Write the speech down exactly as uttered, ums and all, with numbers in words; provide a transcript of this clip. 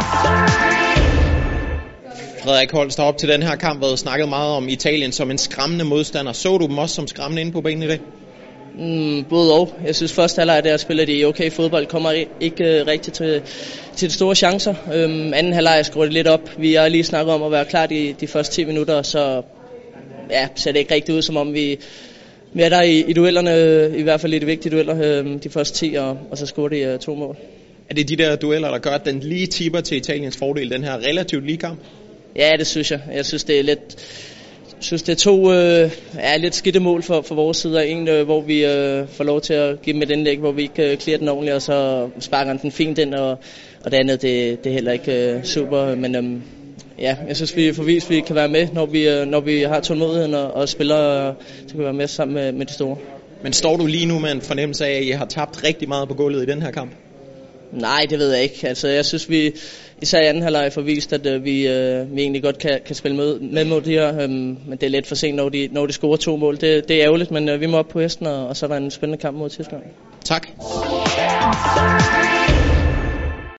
Frederik Holst har op til den her kamp været snakket meget om Italien som en skræmmende modstander. Så du dem også som skræmmende inde på banen i dag? Mm, både og. Jeg synes første halvleg der spiller de okay fodbold, kommer ikke uh, rigtigt til, til de store chancer. Um, anden halvleg skruer det lidt op. Vi har lige snakket om at være klar de, de første ti minutter, så ja, ser det ikke rigtigt ud, som om vi, vi er der i, i duellerne, i hvert fald i de vigtige dueller, um, de første ti, og, og så scorer de uh, to mål. Er det de der dueller, der gør, at den lige tipper til Italiens fordel, den her relativt lige kamp? Ja, det synes jeg. Jeg synes, det er lidt... Jeg synes, det er to øh, er lidt skidte mål for, for vores side. En, øh, hvor vi øh, får lov til at give dem et indlæg, hvor vi ikke øh, clear den ordentligt, og så sparker den fint ind, og, og det andet, det, det er heller ikke øh, super. Men øh, ja, jeg synes, vi får vist, at vi kan være med, når vi, øh, når vi har tålmodigheden og, og spiller, øh, så kan vi være med sammen med, med de store. Men står du lige nu med en fornemmelse af, at I har tabt rigtig meget på gulvet i den her kamp? Nej, det ved jeg ikke. Altså, jeg synes, vi især i anden halvleg får vist, at øh, vi, øh, vi egentlig godt kan, kan spille med, med mod de her. Øh, men det er lidt for sent, når de, når de scorer to mål. Det, det er ærgerligt, men øh, vi må op på hesten, og, og så er der en spændende kamp mod Tyskland. Tak.